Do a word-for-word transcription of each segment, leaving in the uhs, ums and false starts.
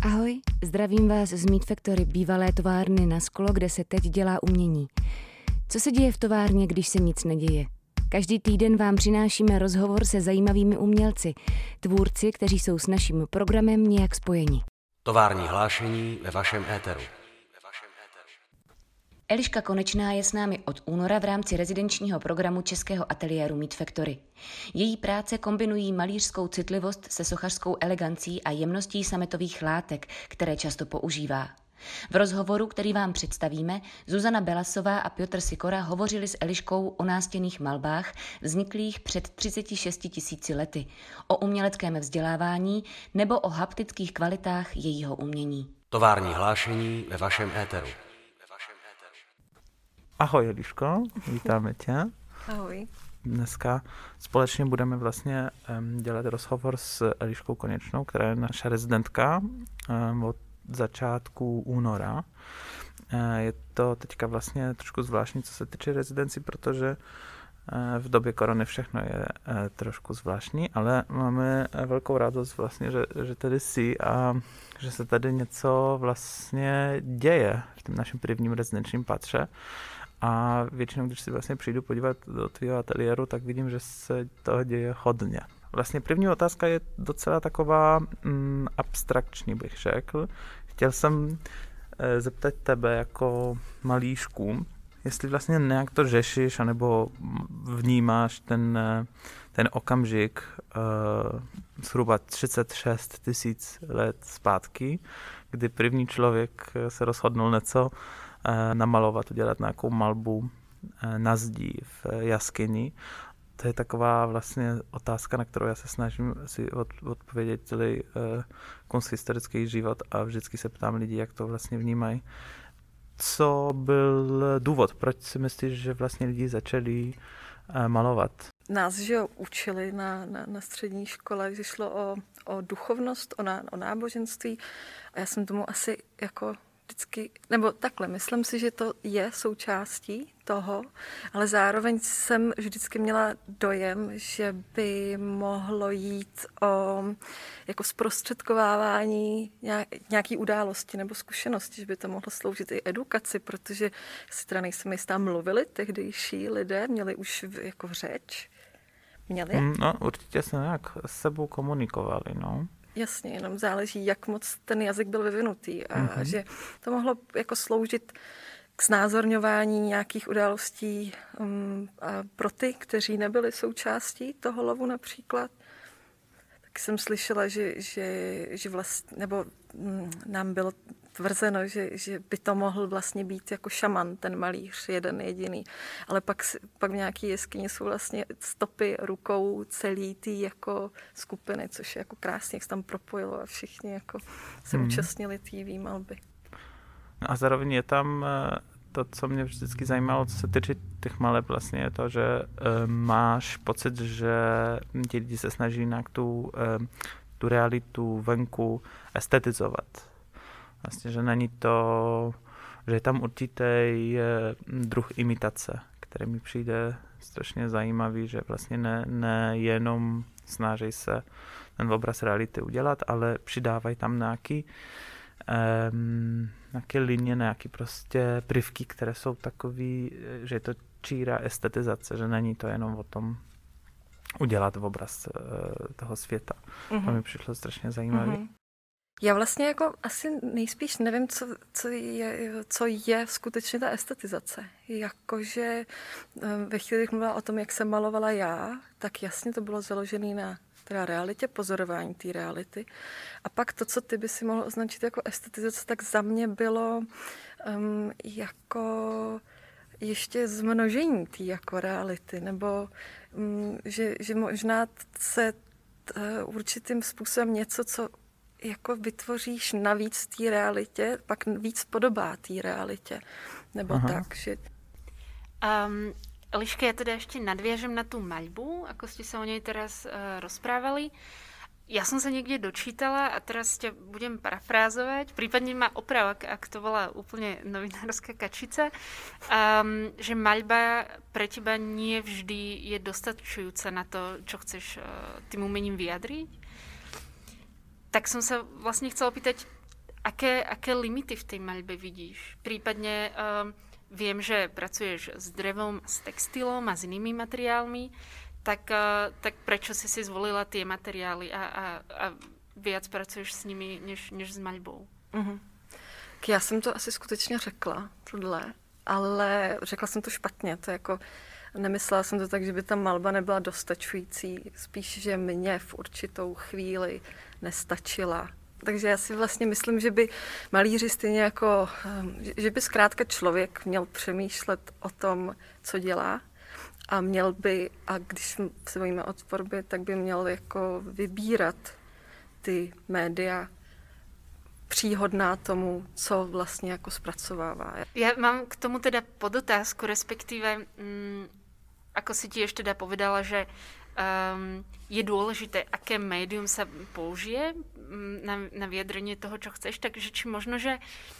Ahoj, zdravím vás z Meat Factory, bývalé továrny na sklo, kde se teď dělá umění. Co se děje v továrně, když se nic neděje? Každý týden vám přinášíme rozhovor se zajímavými umělci, tvůrci, kteří jsou s naším programem nějak spojeni. Tovární hlášení ve vašem éteru. Eliška Konečná je s námi od února v rámci rezidenčního programu českého ateliéru Meat Factory. Její práce kombinují malířskou citlivost se sochařskou elegancí a jemností sametových látek, které často používá. V rozhovoru, který vám představíme, Zuzana Belasová a Piotr Sikora hovořili s Eliškou o nástěnných malbách vzniklých před třiceti šesti tisíci lety, o uměleckém vzdělávání nebo o haptických kvalitách jejího umění. Tovární hlášení ve vašem éteru. Ahoj Eliško, vítáme tě. Ahoj. Dneska společně budeme vlastně um, dělat rozhovor s Eliškou Konečnou, která je naše rezidentka um, od začátku února. Uh, je to teďka vlastně trošku zvláštní, co se týče rezidenci, protože uh, v době korony všechno je uh, trošku zvláštní, ale máme uh, velkou radost vlastně, že, že tady jsi a že se tady něco vlastně děje v tom našem prvním rezidenčním patře. A většinou, když si vlastně přijdu podívat do tvého ateliéru, tak vidím, že se toho děje hodně. Vlastně první otázka je docela taková mm, abstrakční, bych řekl. Chtěl jsem e, zeptat tebe jako malířku, jestli vlastně nějak to řešíš, anebo vnímáš ten, ten okamžik e, zhruba třicet šest tisíc let zpátky, kdy první člověk se rozhodnul něco namalovat, udělat nějakou malbu na zdi v jaskyni. To je taková vlastně otázka, na kterou já se snažím si odpovědět celý kunsthistorický život a vždycky se ptám lidí, jak to vlastně vnímají. Co byl důvod? Proč si myslíš, že vlastně lidi začali malovat? Nás, že jo, učili na, na, na střední škole, že šlo o, o duchovnost, o, ná, o náboženství a já jsem tomu asi jako vždycky, nebo takhle, myslím si, že to je součástí toho, ale zároveň jsem vždycky měla dojem, že by mohlo jít o jako zprostředkovávání nějaký události nebo zkušenosti, že by to mohlo sloužit i edukaci, protože si teda nejsem jistá, mluvili tehdejší lidé, měli už jako řeč, měli? No, určitě se nějak s sebou komunikovali, no. Jasně, jenom záleží, jak moc ten jazyk byl vyvinutý a mm-hmm. že to mohlo jako sloužit k znázorňování nějakých událostí um, a pro ty, kteří nebyli součástí toho lovu například. Tak jsem slyšela, že, že, že vlastně, nebo um, nám bylo tvrzeno, že, že by to mohl vlastně být jako šaman, ten malíř, jeden jediný. Ale pak, pak v nějaké jeskyni jsou vlastně stopy rukou celý ty jako skupiny, což je jako krásně, jak se tam propojilo a všichni jako se hmm. účastnili té výmalby. No a zároveň je tam to, co mě vždycky zajímalo, co se týče těch maleb, vlastně je to, že e, máš pocit, že ti lidi se snaží nějak tu, e, tu realitu venku estetizovat. Vlastně, že není to, že je tam určitý druh imitace, který mi přijde strašně zajímavý, že vlastně ne, ne jenom snaží se ten obraz reality udělat, ale přidávají tam nějaký, um, nějaké linie, nějaké prostě prvky, které jsou takový, že je to čírá estetizace, že není to jenom o tom udělat obraz uh, toho světa. Mm-hmm. To mi přišlo strašně zajímavý. Mm-hmm. Já vlastně jako asi nejspíš nevím, co, co, je, co je skutečně ta estetizace. Jakože ve chvíli, kdy mluvila o tom, jak jsem malovala já, tak jasně to bylo založené na teda realitě, pozorování té reality. A pak to, co ty by si mohl označit jako estetizace, tak za mě bylo um, jako ještě zmnožení té jako reality, nebo um, že, že možná se t, určitým způsobem něco, co jako vytvoříš navíc té realitě, pak víc podobá té realitě. Nebo Aha. tak, že... Um, Eliška, ja teda ešte nadviažem na tú maľbu, ako ste sa o nej teraz uh, rozprávali. Ja som sa niekde dočítala a teraz ťa budem parafrázovať, prípadne ma oprav, ak, ak to bola úplne novinárska kačica, um, že maľba pre teba nie vždy je dostačujúca na to, čo chceš uh, tým umením vyjadriť. Tak som sa vlastne chcela opýtať, aké, aké limity v tej maľbe vidíš? Prípadne um, viem, že pracuješ s drevom, s textilom a s inými materiálmi, tak, uh, tak prečo si si zvolila tie materiály a, a, a viac pracuješ s nimi, než, než s maľbou? Mm-hmm. Já jsem to asi skutečně řekla, tohle, ale řekla jsem to špatně. To jako, nemyslela jsem to tak, že by ta malba nebyla dostačující, spíš, že mě v určitou chvíli nestačila. Takže já si vlastně myslím, že by malíři stejně jako, že by zkrátka člověk měl přemýšlet o tom, co dělá a měl by, a když se bavíme o tvorbě, tak by měl jako vybírat ty média příhodná tomu, co vlastně jako zpracovává. Ja mám k tomu teda podotázku, respektíve, mm, ako si tiež teda povedala, že um, je dôležité, aké médium sa použije um, na, na vyjadrenie toho, čo chceš, takže či možno, že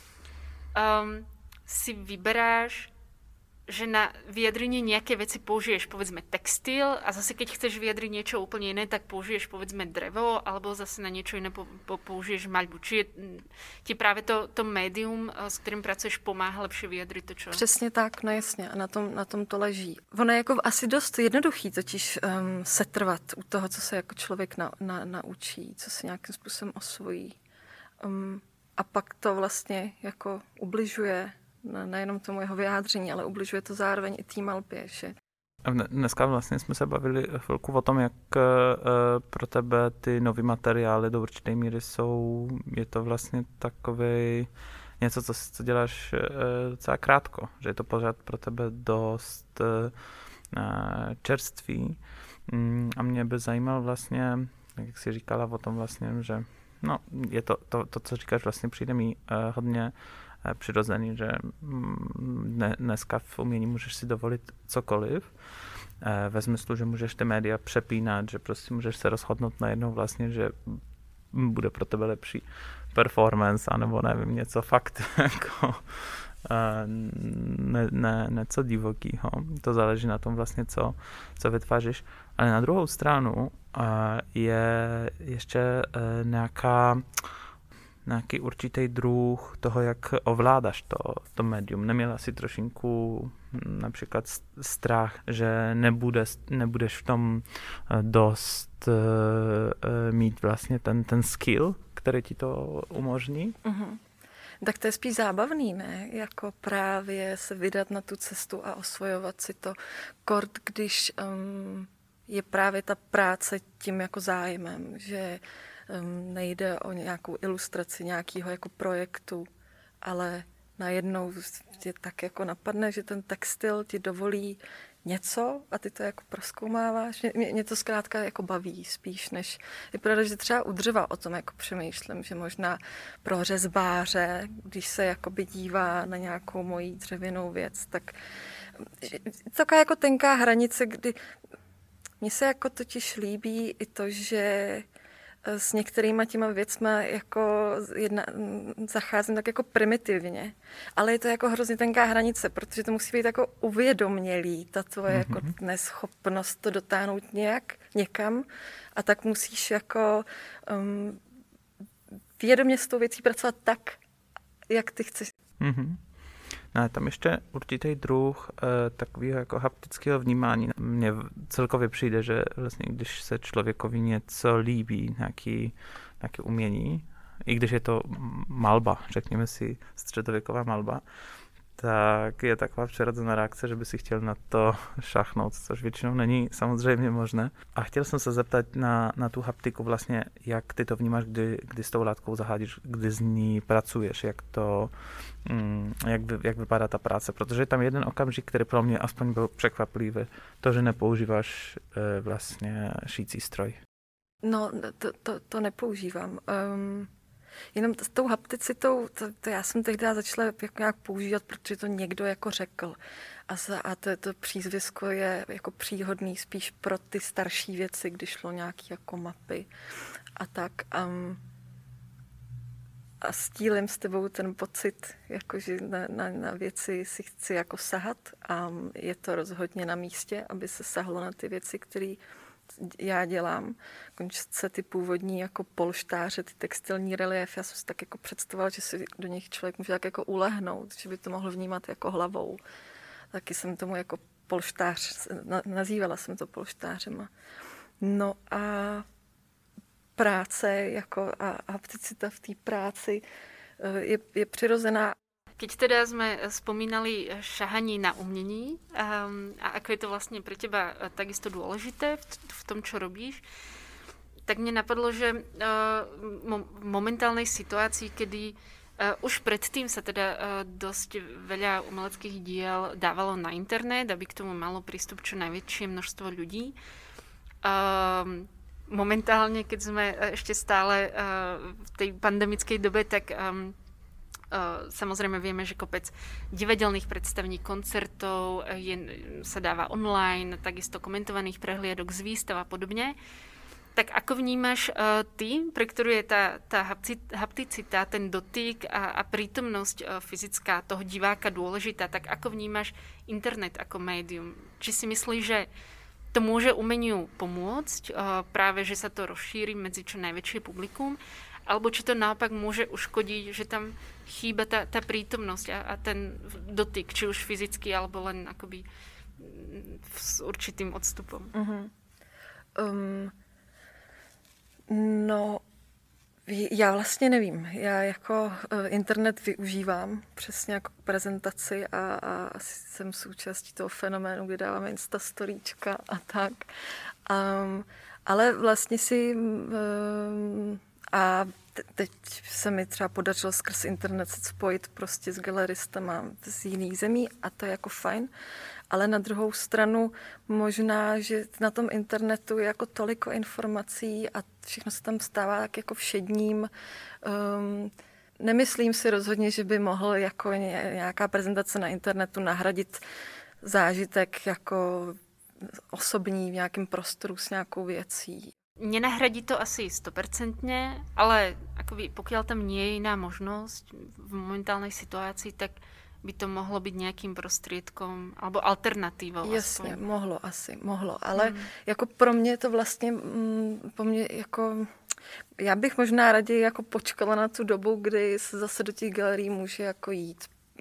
um, si vyberáš, že na vyjadrenie nejaké veci použiješ, povedzme, textil a zase keď chceš vyjadriť niečo úplne iné, tak použiješ, povedzme, drevo, alebo zase na niečo iné po, po, použiješ maľbu. Či je, ti práve to, to médium, s kterým pracuješ, pomáhá lepšie vyjadriť to, čo? Přesně tak, no jasně, a na tom, na tom to leží. Ono je jako asi dost jednoduchý totiž um, setrvat u toho, co se jako člověk na, na, naučí, co se nějakým způsobem osvojí. Um, a pak to vlastně jako ubližuje nejenom tomu jeho vyjádření, ale ubližuje to zároveň i té malbě. Že? Dneska vlastně jsme se bavili chvilku o tom, jak uh, pro tebe ty nový materiály do určité míry jsou, je to vlastně takový něco, co, co děláš uh, docela krátko, že je to pořád pro tebe dost uh, čerstvý. Mm, a mě by zajímalo vlastně, jak jsi říkala o tom vlastně, že no, je to, to, to co říkáš, vlastně přijde mi uh, hodně přirozený, že ne, dneska v umění můžeš si dovolit cokoliv, ve smyslu, že můžeš ty média přepínat, že prostě můžeš se rozhodnout najednou vlastně, že bude pro tebe lepší performance, anebo nevím, něco fakt jako ne, ne, něco divokýho. To záleží na tom vlastně, co, co vytváříš. Ale na druhou stranu je ještě nějaká nějaký určitý druh toho, jak ovládáš to, to médium. Neměla si trošinku například strach, že nebude, nebudeš v tom dost uh, mít vlastně ten, ten skill, který ti to umožní? Mm-hmm. Tak to je spíš zábavný, ne? Jako právě se vydat na tu cestu a osvojovat si to. Kort, když um, je právě ta práce tím jako zájmem, že nejde o nějakou ilustraci nějakého jako projektu, ale najednou tě tak jako napadne, že ten textil ti dovolí něco a ty to jako prozkoumáváš. Mě, mě to zkrátka jako baví spíš, než je pravda, že třeba u dřeva o tom jako přemýšlím, že možná pro řezbáře, když se jakoby dívá na nějakou moji dřevěnou věc, tak taková jako tenká hranice, kdy mně se jako totiž líbí i to, že s některýma těma věcma jako jedna, zacházím tak jako primitivně. Ale je to jako hrozně tenká hranice, protože to musí být jako uvědomělý, ta tvoje mm-hmm. jako neschopnost to dotáhnout nějak, někam. A tak musíš jako um, vědomě s tou věcí pracovat tak, jak ty chceš. Mm-hmm. No, tam ještě určitý druh e, takového jako haptického vnímání. Mně celkově přijde, že vlastně když se člověkovi něco líbí, nějaký, nějaké umění, i když je to malba, řekněme si středověková malba, tak je taková přirozená reakce, že by si chtěl na to šachnout, což většinou není samozřejmě možné. A chtěl jsem se zeptat na, na tu haptiku vlastně, jak ty to vnímáš, kdy, kdy s tou látkou zahádíš, kdy z ní pracuješ, jak to, mm, jak, jak vypadá ta práce, protože je tam jeden okamžik, který pro mě aspoň byl překvapivý, to, že nepoužíváš e, vlastně šící stroj. No, to, to, to nepoužívám. Um... Jenom s tou hapticitou, to, to já jsem tehdy začala jako nějak používat, protože to někdo jako řekl. A, za, a to, to přízvisko je jako příhodný spíš pro ty starší věci, když šlo nějaký jako mapy a tak. Um, a sdílím s tebou ten pocit, jako že na, na, na věci si chci jako sahat a je to rozhodně na místě, aby se sahlo na ty věci, které já dělám. Končce ty původní jako polštáře, ty textilní relief, já jsem si tak jako představovala, že si do nich člověk může tak jako ulehnout, že by to mohl vnímat jako hlavou. Taky jsem tomu jako polštář, nazývala jsem to polštářema. No a práce jako a hapticita v té práci je, je přirozená. Keď teda sme spomínali šahanie na umení um, a ako je to vlastne pre teba takisto dôležité v, v tom, čo robíš, tak mne napadlo, že uh, mo- v momentálnej situácii, kedy uh, už predtým sa teda uh, dosť veľa umeleckých diel dávalo na internet, aby k tomu malo prístup čo najväčšie množstvo ľudí. Um, momentálne, keď sme ešte stále uh, v tej pandemickej dobe, tak um, Uh, samozrejme vieme, že kopec divadelných predstavení, koncertov je, sa dáva online, takisto komentovaných prehliadok z výstav a podobne. Tak ako vnímaš uh, ty, pre ktorú je tá, tá hapticita, ten dotyk a, a prítomnosť uh, fyzická toho diváka dôležitá, tak ako vnímaš internet ako médium? Či si myslíš, že to môže umeniu pomôcť, uh, práve že sa to rozšíri medzi čo najväčšie publikum, alebo či to naopak môže uškodiť, že tam chýba tá, tá prítomnosť a, a ten dotyk, či už fyzický, alebo len akoby s určitým odstupom. Uh-huh. Um, no, já vlastně nevím. Já jako uh, internet využívám přesně jako prezentaci a, a asi jsem součástí toho fenoménu, kdy dáváme instastoríčka a tak. Um, ale vlastně si... Um, A teď se mi třeba podařilo skrz internet se spojit prostě s galeristama z jiných zemí a to je jako fajn. Ale na druhou stranu možná, že na tom internetu je jako toliko informací a všechno se tam stává tak jako všedním. Um, nemyslím si rozhodně, že by mohl jako nějaká prezentace na internetu nahradit zážitek jako osobní v nějakém prostoru s nějakou věcí. Nenahradí to asi stopercentne, ale akoby, pokiaľ tam nie je iná možnosť v momentálnej situácii, tak by to mohlo byť nejakým prostriedkom alebo alternatívou. Jasně, aspoň. mohlo asi, mohlo, ale mm. jako pro mě to vlastně, po mě jako, já bych možná raději jako počkala na tu dobu, kdy se zase do těch galerií může jako jít.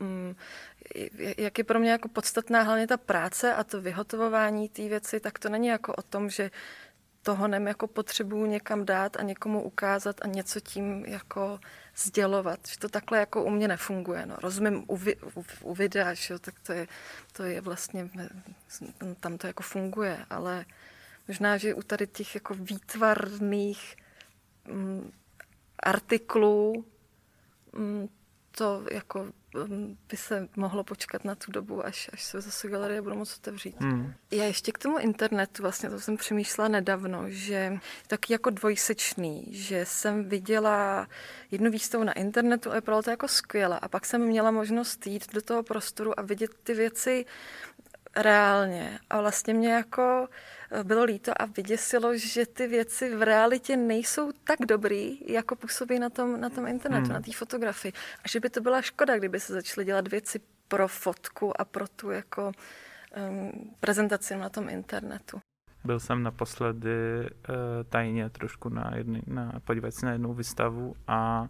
Jak je pro mě jako podstatná hlavně ta práce a to vyhotovování té věci, tak to není jako o tom, že toho nem jako potřebuju někam dát a někomu ukázat a něco tím jako sdělovat. Že to takhle jako u mě nefunguje. No. Rozumím u, vi, u, u videa, že, tak to je, to je vlastně, tam to jako funguje, ale možná, že u tady těch jako výtvarných mm, artiklů mm, to jako by se mohlo počkat na tu dobu, až, až se zase galerie budou moc otevřít. Mm. Já ještě k tomu internetu, vlastně to jsem přemýšlela nedávno, že je taky jako dvojsečný, že jsem viděla jednu výstavu na internetu a bylo to jako skvěle a pak jsem měla možnost jít do toho prostoru a vidět ty věci reálně. A vlastně mě jako bylo líto a vyděsilo, že ty věci v realitě nejsou tak dobrý, jako působí na tom, na tom internetu, hmm. na té fotografii. A že by to byla škoda, kdyby se začaly dělat věci pro fotku a pro tu jako um, prezentaci na tom internetu. Byl jsem naposledy uh, tajně trošku na, jedný, na podívat se na jednu výstavu a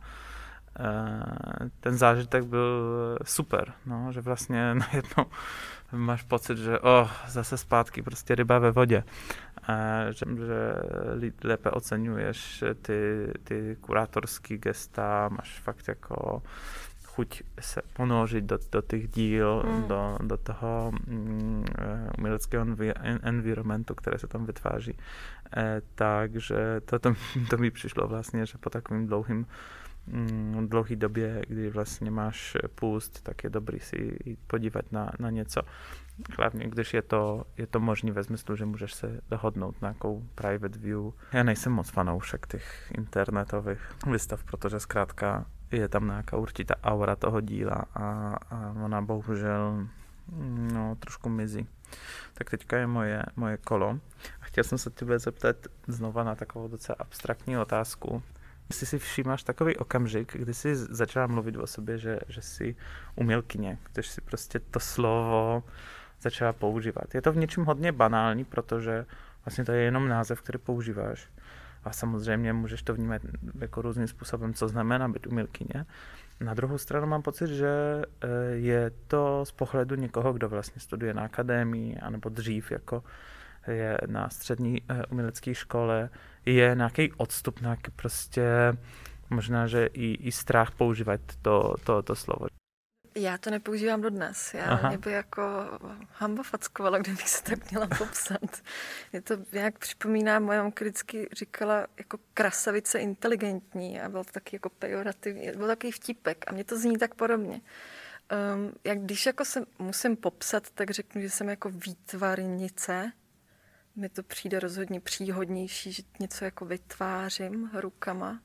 uh, ten zážitek byl super, no, že vlastně najednou máš pocit, že oh, zase zpátky prostě ryba ve vodě. A že, že lépe oceňuješ ty, ty kurátorský gesta, máš fakt jako chuť se ponořit do, do těch díl, mm. do, do toho mm, uměleckého environmentu, které se tam vytváří. E, takže to, to, to mi přišlo vlastně, že po takovým dlouhým v dlouhé době, kdy vlastně máš pust, tak je dobrý si jít podívat na, na něco. Hlavně, když je to, je to možný ve smyslu, že můžeš se dohodnout na nějakou private view. Já nejsem moc fanoušek těch internetových výstav, protože zkrátka je tam nějaká určitá aura toho díla a, a ona bohužel no, trošku mizí. Tak teďka je moje, moje kolo. A chtěl jsem se tebe zeptat znova na takovou docela abstraktní otázku. Jestli si všímáš takový okamžik, kdy jsi začala mluvit o sobě, že, že jsi umělkyně, když si prostě to slovo začala používat. Je to v něčem hodně banální, protože vlastně to je jenom název, který používáš. A samozřejmě můžeš to vnímat jako různým způsobem, co znamená být umělkyně. Na druhou stranu mám pocit, že je to z pohledu někoho, kdo vlastně studuje na akademii, anebo dřív jako je na střední umělecké škole, je nějaký odstup, nějaký prostě možná, že i, i strach používat to, to, to slovo. Já to nepoužívám dodnes. Já mě by jako hamba fackovala, kdybych se tak měla popsat. Je to nějak připomíná, moje mamka vždycky říkala jako krasavice inteligentní a byl to taky jako pejorativní, byl takový vtipek a mě to zní tak podobně. Um, jak když jako se musím popsat, tak řeknu, že jsem jako výtvarnice. Mi to přijde rozhodně příhodnější, že něco jako vytvářím rukama.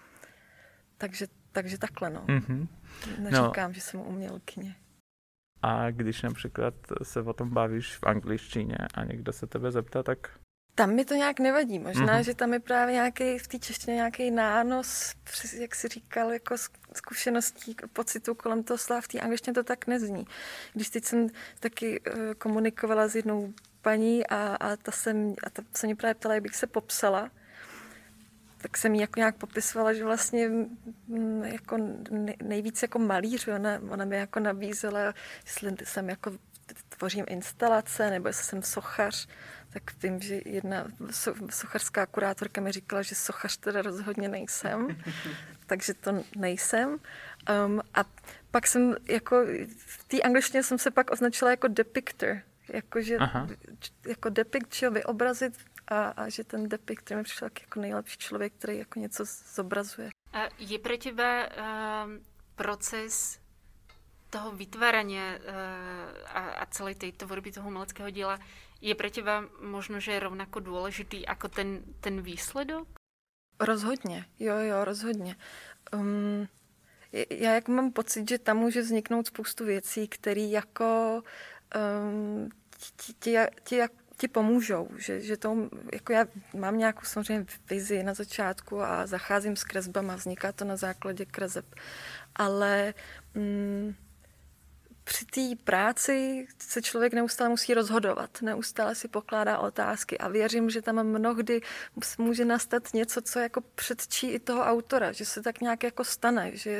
Takže, takže takhle, no. Mm-hmm. Neříkám, no. Že jsem umělkyně. A když například se o tom bavíš v angličtině a někdo se tebe zeptá, tak... Tam mi to nějak nevadí. Možná, mm-hmm. že tam je právě nějaký, v té češtině nějaký nános, jak jsi říkal, jako zkušeností, pocitů kolem toho slova. V té angličtině to tak nezní. Když teď jsem taky uh, komunikovala s jednou paní a, a ta se a ta se mě právě ptala, jak bych se popsala, tak jsem jí jako nějak popisovala, že vlastně m, jako nejvíc jako malíř, ona, ona mi jako nabízela, jestli jsem jako tvořím instalace, nebo jestli jsem sochař, tak vím, že jedna sochařská kurátorka mi říkala, že sochař teda rozhodně nejsem, takže to nejsem. Um, a pak jsem jako, v té angličtině jsem se pak označila jako depictor, jakože jako depict, čeho vyobrazit, A, a že ten depictor mi přišel jako nejlepší člověk, který jako něco zobrazuje. A je pro teba um, proces toho vytvárania uh, a, a celej tej tvorby toho umeleckého diela, je pro teba možno, že je rovnako dôležitý ako ten, ten výsledok? Rozhodně, jo, jo, rozhodně. Um, já jako mám pocit, že tam může vzniknout spoustu věcí, které jako um, ti, ti, ti, ti pomůžou, že, že to, jako já mám nějakou samozřejmě vizi na začátku a zacházím s kresbama, vzniká to na základě kreseb, ale mm, při té práci se člověk neustále musí rozhodovat, neustále si pokládá otázky a věřím, že tam mnohdy může nastat něco, co jako předčí i toho autora, že se tak nějak jako stane, že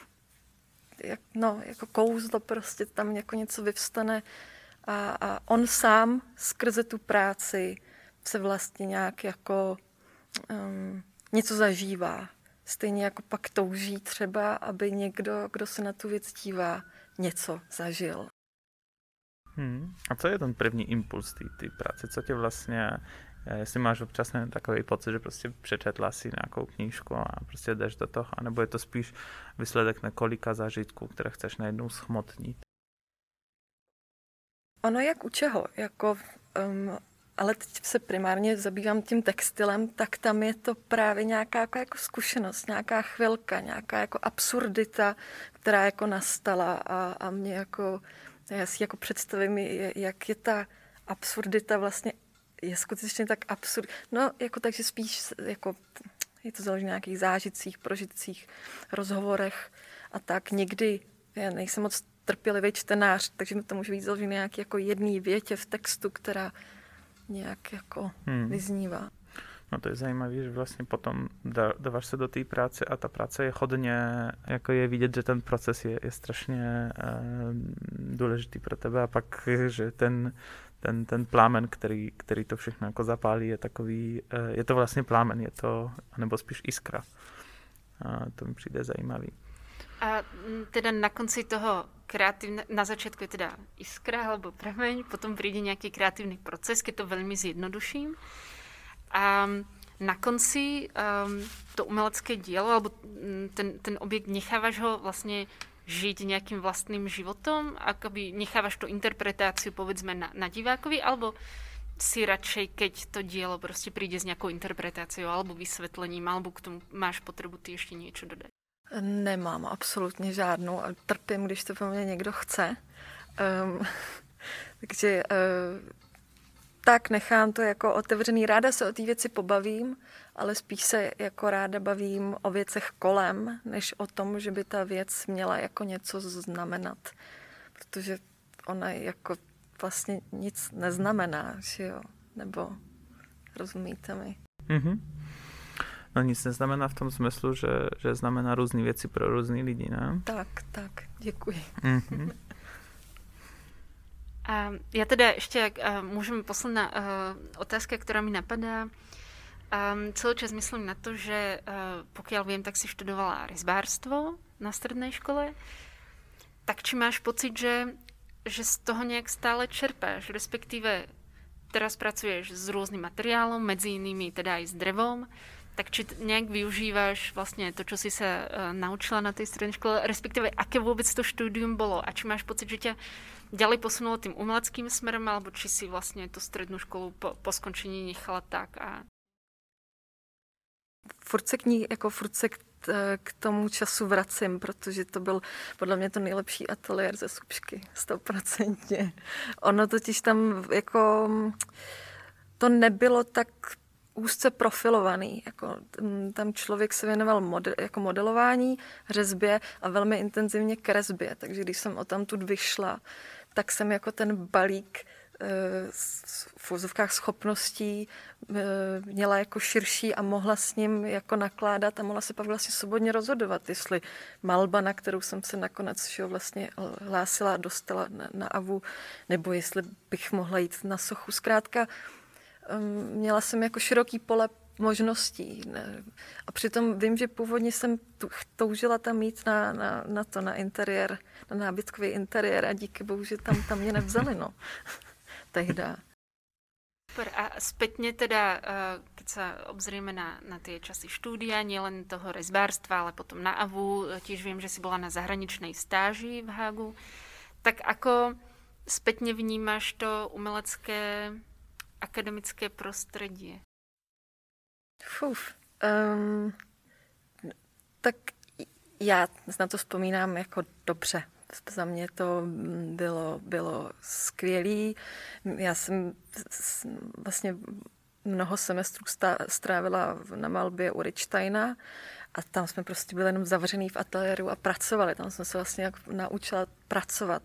jak, no, jako kouzlo prostě tam jako něco vyvstane a, a on sám skrze tu práci se vlastně nějak jako um, něco zažívá. Stejně jako pak touží třeba, aby někdo, kdo se na tu věc dívá, něco zažil. Hmm. A co je ten první impuls té práce? Co tě vlastně, jestli máš občas takový pocit, že prostě přečetla si nějakou knížku a prostě jdeš do toho, anebo je to spíš výsledek několika zážitků, které chceš najednou schmotnit? Ono jak u čeho, jako, um, ale teď se primárně zabývám tím textilem, tak tam je to právě nějaká jako, jako zkušenost, nějaká chvilka, nějaká jako absurdita, která jako nastala a, a mě jako, já si jako představím, jak je ta absurdita vlastně, je skutečně tak absurd, no jako takže spíš jako, je to založené na nějakých zážitcích, prožitcích, rozhovorech a tak někdy, já nejsem moc trpělivý čtenář, takže mi to může být založené nějaký jako jedný větě v textu, která nějak jako hmm. vyznívá. No to je zajímavé, že vlastně potom dáváš se do té práce a ta práce je hodně, jako je vidět, že ten proces je, je strašně uh, důležitý pro tebe a pak, že ten, ten, ten plámen, který, který to všechno jako zapálí, je takový, uh, je to vlastně plámen, je to, nebo spíš iskra. Uh, to mi přijde zajímavý. A teda na konci toho kreatívne, na začiatku je teda iskra alebo prameň, potom príde nejaký kreatívny proces, keď to veľmi zjednoduším. A na konci um, to umelecké dielo, alebo ten, ten objekt, nechávaš ho vlastne žiť nejakým vlastným životom, akoby nechávaš tú interpretáciu povedzme na, na divákovi, alebo si radšej, keď to dielo proste príde s nejakou interpretáciou alebo vysvetlením, alebo k tomu máš potrebu ty ešte niečo dodať? Nemám absolutně žádnou a trpím, když to po mně někdo chce. Um, takže uh, tak nechám to jako otevřený. Ráda se o té věci pobavím, ale spíš se jako ráda bavím o věcech kolem, než o tom, že by ta věc měla jako něco znamenat. Protože ona jako vlastně nic neznamená, že jo? Nebo rozumíte mi? Mm-hmm. No nic neznamená v tom smyslu, že, že znamená různé věci pro různý lidi, ne? Tak, tak, děkuji. Mm-hmm. A já teda ještě uh, můžeme posledná uh, otázka, která mi napadá. Um, celý čas myslím na to, že uh, pokiaľ viem, tak si študovala rezbárstvo na strednej škole. Tak či máš pocit, že, že z toho nejak stále čerpáš, respektíve teraz pracuješ s rôznym materiálom, medzi inými teda aj s drevom, tak či nejak využíváš vlastne to, čo si sa uh, naučila na tej strednej škole, respektíve aké vôbec to štúdium bolo a či máš pocit, že ťa ďalej posunulo tým umeleckým smerom, alebo či si vlastne tú strednú školu po, po skončení nechala tak a Furt se k ní, jako furt se k, k tomu času vracím, protože to byl podle mě to nejlepší ateliér ze Subšky, stoprocentně. Ono totiž tam jako, to nebylo tak úzce profilovaný. Jako, tam člověk se věnoval model, jako modelování, řezbě a velmi intenzivně kresbě. Takže když jsem odtamtud vyšla, tak jsem jako ten balík v úzovkách schopností měla jako širší a mohla s ním jako nakládat a mohla se pak vlastně svobodně rozhodovat, jestli malba, na kterou jsem se nakonec že vlastně hlásila a dostala na, na avu, nebo jestli bych mohla jít na sochu. Zkrátka měla jsem jako široký pole možností. A přitom vím, že původně jsem toužila tam mít na, na, na to, na interiér, na nábytkový interiér a díky bohu, že tam, tam mě nevzali, no. Tehda. Super. A spätne teda, keď sa obzrieme na, na tie časy štúdia, nielen toho rezbárstva, ale potom na avu, tiež viem, že si bola na zahraničnej stáži v Hágu, tak ako spätne vnímaš to umelecké akademické prostredie? Fuf. Um, tak já na to vzpomínám jako dobře. Za mě to bylo, bylo skvělý. Já jsem vlastně mnoho semestrů strávila na malbě u Richsteina a tam jsme prostě byli jenom zavřený v ateliéru a pracovali. Tam jsem se vlastně naučila pracovat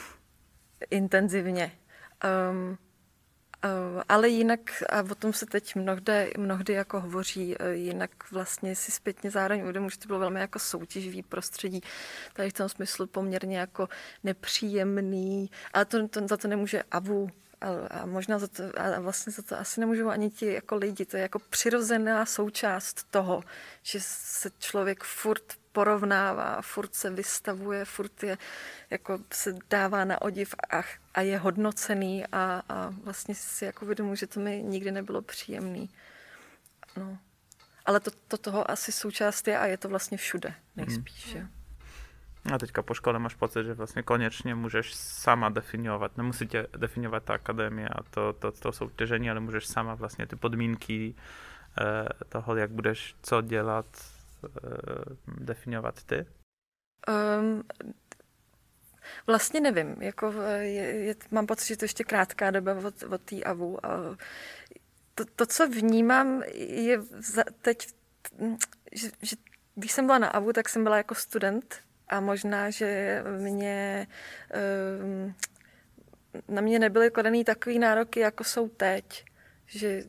intenzivně. Um, Ale jinak, a o tom se teď mnohdy, mnohdy jako hovoří, jinak vlastně si zpětně zároveň uvědomuji, že to bylo velmi jako soutěživý prostředí, tady v tom smyslu poměrně jako nepříjemný, ale to, to, za to nemůže avu a, a možná za to, a vlastně za to asi nemůžou ani ti jako lidi, to je jako přirozená součást toho, že se člověk furt porovnává, furt se vystavuje, furt je, jako se dává na odiv a, a je hodnocený a, a vlastně si jako uvědomuji, že to mi nikdy nebylo příjemný. No. Ale to, to toho asi součást je a je to vlastně všude nejspíš. Mm. A teďka po škole máš pocit, že vlastně konečně můžeš sama definovat, nemusí tě definovat ta akademie a to, to, to soutěžení, ale můžeš sama vlastně ty podmínky eh, toho, jak budeš co dělat, definovat ty? Um, vlastně nevím. Jako je, je, mám pocit, že to ještě krátká doba od, od té avu. A to, to, co vnímám, je za, teď, že, že když jsem byla na avu, tak jsem byla jako student a možná, že mě um, na mě nebyly kladený takový nároky, jako jsou teď. Že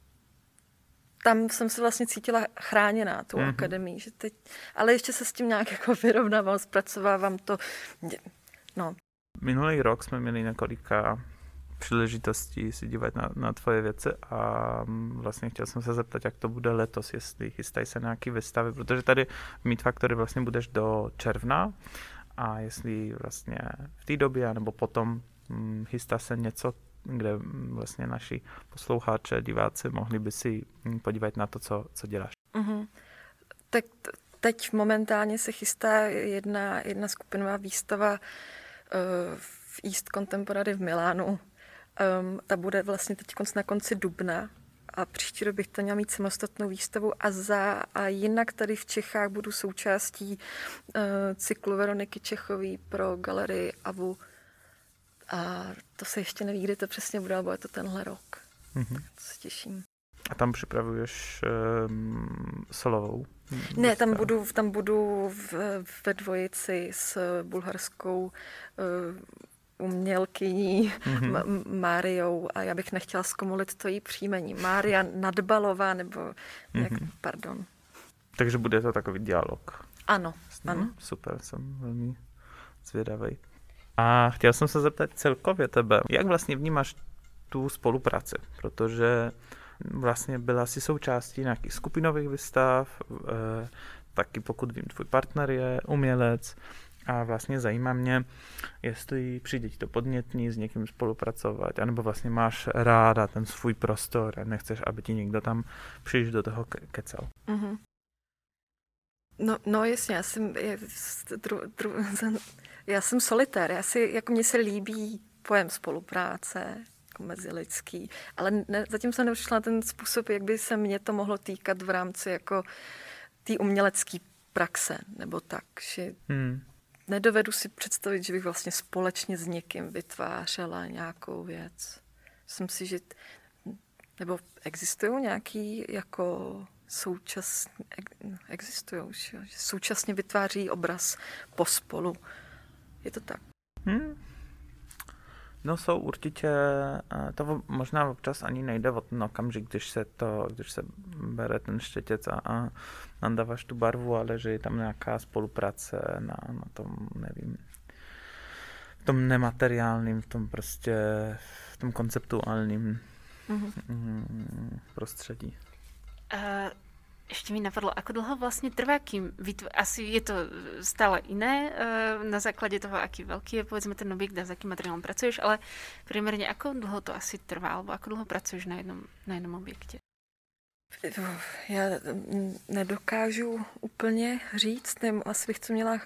tam jsem se vlastně cítila chráněná tou mm-hmm. akademií, že teď, ale ještě se s tím nějak jako vyrovnávám, zpracovávám to. No. Minulý rok jsme měli několika příležitostí si dívat na, na tvoje věci a vlastně chtěl jsem se zeptat, jak to bude letos, jestli chystají se nějaké výstavy, protože tady v Meet Factory vlastně budeš do června a jestli vlastně v té době, nebo potom hm, chystá se něco, kde vlastně naši posluchači, diváci mohli by si podívat na to, co, co děláš. Mm-hmm. Tak teď momentálně se chystá jedna, jedna skupinová výstava uh, v East Contemporary v Milánu. Um, ta bude vlastně teď na konci dubna a příští rok bych to měla mít samostatnou výstavu a, za, a jinak tady v Čechách budu součástí uh, cyklu Veroniky Čechové pro galerii avu. A to se ještě neví, kdy to přesně bude, ale bude to tenhle rok. Mm-hmm. To se těším. A tam připravuješ um, solovou? Ne, tam budu, tam budu v, ve dvojici s bulharskou uh, umělkyní mm-hmm. Máriou a já bych nechtěla zkomolit to jí příjmení. Mária Nadbalová nebo jak, mm-hmm. pardon. Takže bude to takový dialog. Ano, ano. Super, jsem velmi zvědavý. A chtěl jsem se zeptat celkově tebe, jak vlastně vnímáš tu spolupráci, protože vlastně byla si součástí nějakých skupinových výstav, e, taky pokud vím, tvůj partner je umělec a vlastně zajímá mě, jestli přijde ti to podnětný s někým spolupracovat, anebo vlastně máš ráda ten svůj prostor a nechceš, aby ti někdo tam příliš do toho ke- kecal. Mm-hmm. No, no jasně, já jsem, já, dru, dru, já jsem solitér, já si, jako mně se líbí pojem spolupráce, jako mezilidský, ale ne, zatím jsem neušla ten způsob, jak by se mě to mohlo týkat v rámci jako té umělecké praxe, nebo tak, že hmm. nedovedu si představit, že bych vlastně společně s někým vytvářela nějakou věc. Myslím si, že nebo existují nějaký jako současně, existují, že současně vytváří obraz pospolu. Je to tak? Hmm. No jsou určitě, to možná občas ani nejde o ten okamžik, když se to, když se bere ten štětěc a, a nadáváš tu barvu, ale že je tam nějaká spolupráce na, na tom, nevím, v tom nemateriálním, v tom prostě, v tom konceptuálním mm-hmm. prostředí. Uh, ešte mi napadlo, ako dlho vlastne trvá, kým vytv- asi je to stále iné uh, na základe toho, aký veľký je povedzme ten objekt a s akým materiálom pracuješ, ale primárne ako dlho to asi trvá, alebo ako dlho pracuješ na jednom, na jednom objekte? Já nedokážu úplně říct, nevím, asi bych to měla...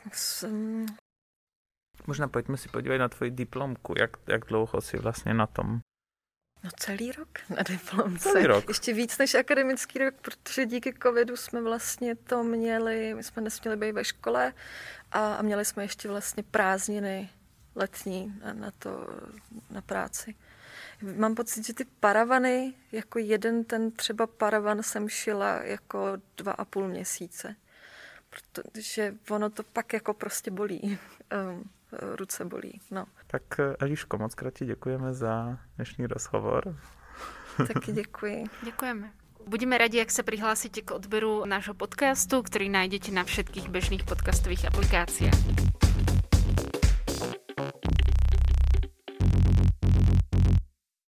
Možná pojďme si podívat na tvoji diplomku, jak, jak dlouho jsi vlastně na tom? No celý rok na diplomce. Celý rok. Ještě víc než akademický rok, protože díky covidu jsme vlastně to měli, my jsme nesměli být ve škole a, a měli jsme ještě vlastně prázdniny letní na, na to, na práci. Mám pocit, že ty paravany, jako jeden ten třeba paravan jsem šila jako dva a půl měsíce, protože ono to pak jako prostě bolí. Um, ruce bolí, no. Tak Eliško, moc krát ti děkujeme za dnešní rozhovor. Taky děkuji. Děkujeme. Budeme radi, ak sa prihlásite k odberu nášho podcastu, ktorý nájdete na všetkých bežných podcastových aplikáciách.